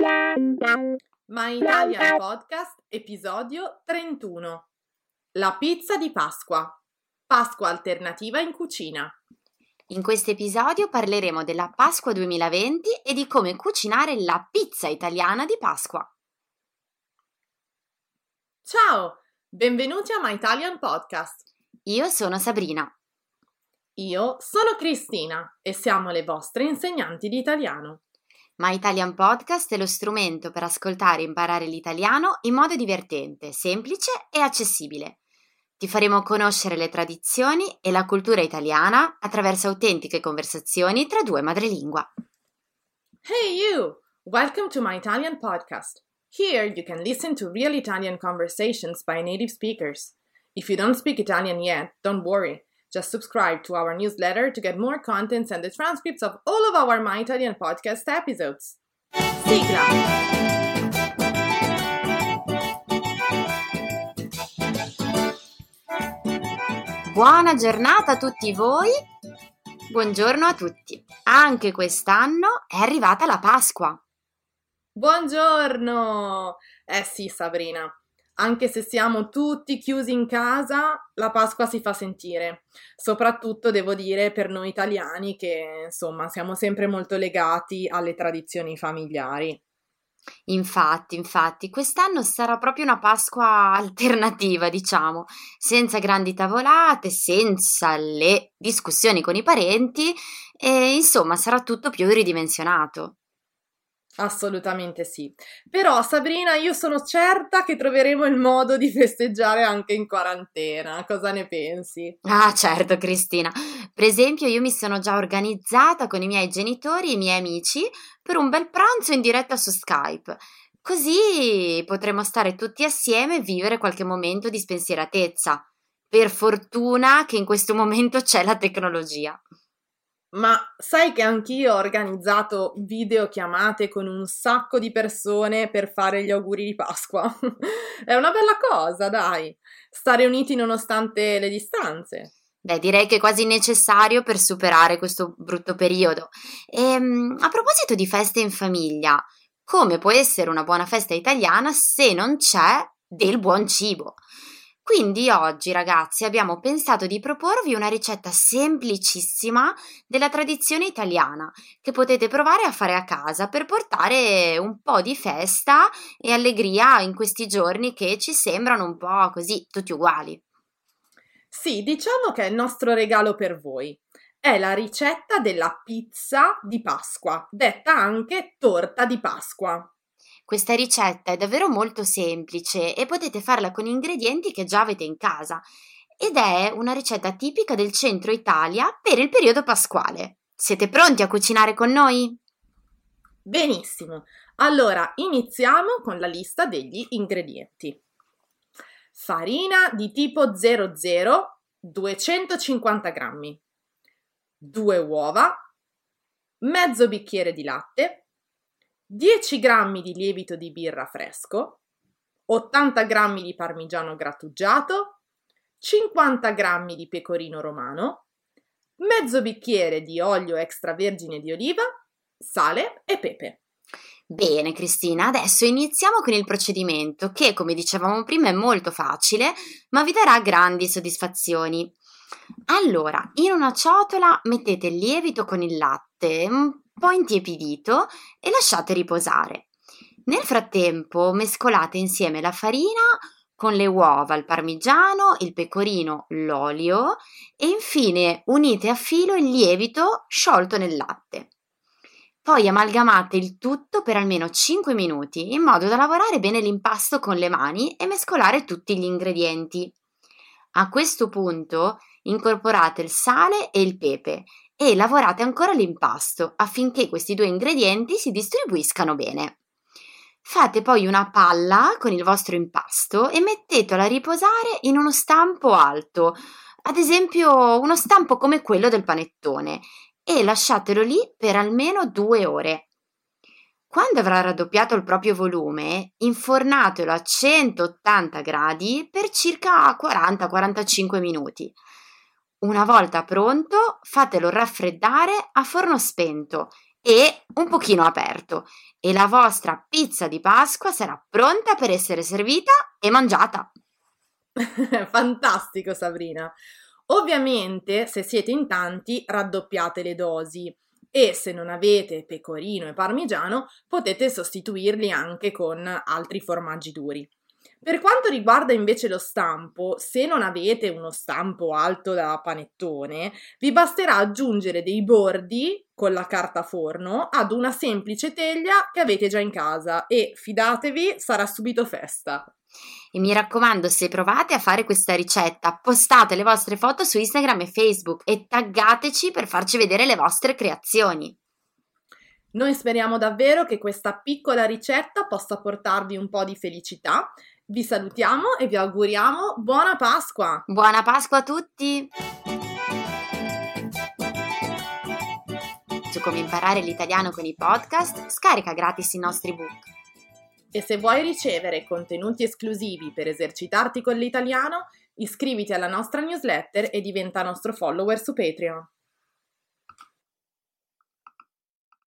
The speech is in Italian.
My Italian Podcast, episodio 31. La pizza di Pasqua. Pasqua alternativa in cucina. In questo episodio parleremo della Pasqua 2020 e di come cucinare la pizza italiana di Pasqua. Ciao, benvenuti a My Italian Podcast. Io sono Sabrina. Io sono Cristina e siamo le vostre insegnanti di italiano. My Italian Podcast è lo strumento per ascoltare e imparare l'italiano in modo divertente, semplice e accessibile. Ti faremo conoscere le tradizioni e la cultura italiana attraverso autentiche conversazioni tra due madrelingua. Hey you! Welcome to My Italian Podcast. Here you can listen to real Italian conversations by native speakers. If you don't speak Italian yet, don't worry. Just subscribe to our newsletter to get more contents and the transcripts of all of our My Italian Podcast episodes. Sigla! Buona giornata a tutti voi, buongiorno a tutti. Anche quest'anno è arrivata la Pasqua. Buongiorno! Sì, Sabrina, anche se siamo tutti chiusi in casa, la Pasqua si fa sentire. Soprattutto, devo dire, per noi italiani che, insomma, siamo sempre molto legati alle tradizioni familiari. Infatti, quest'anno sarà proprio una Pasqua alternativa, diciamo, senza grandi tavolate, senza le discussioni con i parenti e insomma sarà tutto più ridimensionato. Assolutamente sì. Però, Sabrina, io sono certa che troveremo il modo di festeggiare anche in quarantena. Cosa ne pensi? Ah, certo, Cristina. Per esempio, io mi sono già organizzata con i miei genitori e i miei amici per un bel pranzo in diretta su Skype. Così potremo stare tutti assieme e vivere qualche momento di spensieratezza. Per fortuna che in questo momento c'è la tecnologia. Ma sai che anch'io ho organizzato videochiamate con un sacco di persone per fare gli auguri di Pasqua? È una bella cosa, dai, stare uniti nonostante le distanze. Beh, direi che è quasi necessario per superare questo brutto periodo. A proposito di feste in famiglia, come può essere una buona festa italiana se non c'è del buon cibo? Quindi oggi, ragazzi, abbiamo pensato di proporvi una ricetta semplicissima della tradizione italiana che potete provare a fare a casa per portare un po' di festa e allegria in questi giorni che ci sembrano un po' così, tutti uguali. Sì, diciamo che è il nostro regalo per voi. È la ricetta della pizza di Pasqua, detta anche torta di Pasqua. Questa ricetta è davvero molto semplice e potete farla con ingredienti che già avete in casa ed è una ricetta tipica del centro Italia per il periodo pasquale. Siete pronti a cucinare con noi? Benissimo, allora iniziamo con la lista degli ingredienti. Farina di tipo 00, 250 grammi, 2 uova, mezzo bicchiere di latte, 10 grammi di lievito di birra fresco, 80 grammi di parmigiano grattugiato, 50 grammi di pecorino romano, mezzo bicchiere di olio extravergine di oliva, sale e pepe. Bene, Cristina, adesso iniziamo con il procedimento che, come dicevamo prima, è molto facile, ma vi darà grandi soddisfazioni. Allora, in una ciotola mettete il lievito con il latte, un po' intiepidito e lasciate riposare. Nel frattempo mescolate insieme la farina con le uova, il parmigiano, il pecorino, l'olio e infine unite a filo il lievito sciolto nel latte. Poi amalgamate il tutto per almeno 5 minuti in modo da lavorare bene l'impasto con le mani e mescolare tutti gli ingredienti. A questo punto incorporate il sale e il pepe e lavorate ancora l'impasto affinché questi due ingredienti si distribuiscano bene. Fate poi una palla con il vostro impasto e mettetelo a riposare in uno stampo alto, ad esempio uno stampo come quello del panettone, e lasciatelo lì per almeno 2 ore. Quando avrà raddoppiato il proprio volume, infornatelo a 180 gradi per circa 40-45 minuti. Una volta pronto, fatelo raffreddare a forno spento e un pochino aperto e la vostra pizza di Pasqua sarà pronta per essere servita e mangiata. Fantastico, Sabrina. Ovviamente, se siete in tanti, raddoppiate le dosi e se non avete pecorino e parmigiano, potete sostituirli anche con altri formaggi duri. Per quanto riguarda invece lo stampo, se non avete uno stampo alto da panettone, vi basterà aggiungere dei bordi con la carta forno ad una semplice teglia che avete già in casa e fidatevi, sarà subito festa. E mi raccomando, se provate a fare questa ricetta, postate le vostre foto su Instagram e Facebook e taggateci per farci vedere le vostre creazioni. Noi speriamo davvero che questa piccola ricetta possa portarvi un po' di felicità. Vi salutiamo e vi auguriamo buona Pasqua! Buona Pasqua a tutti! Su come imparare l'italiano con i podcast, scarica gratis i nostri book. E se vuoi ricevere contenuti esclusivi per esercitarti con l'italiano, iscriviti alla nostra newsletter e diventa nostro follower su Patreon.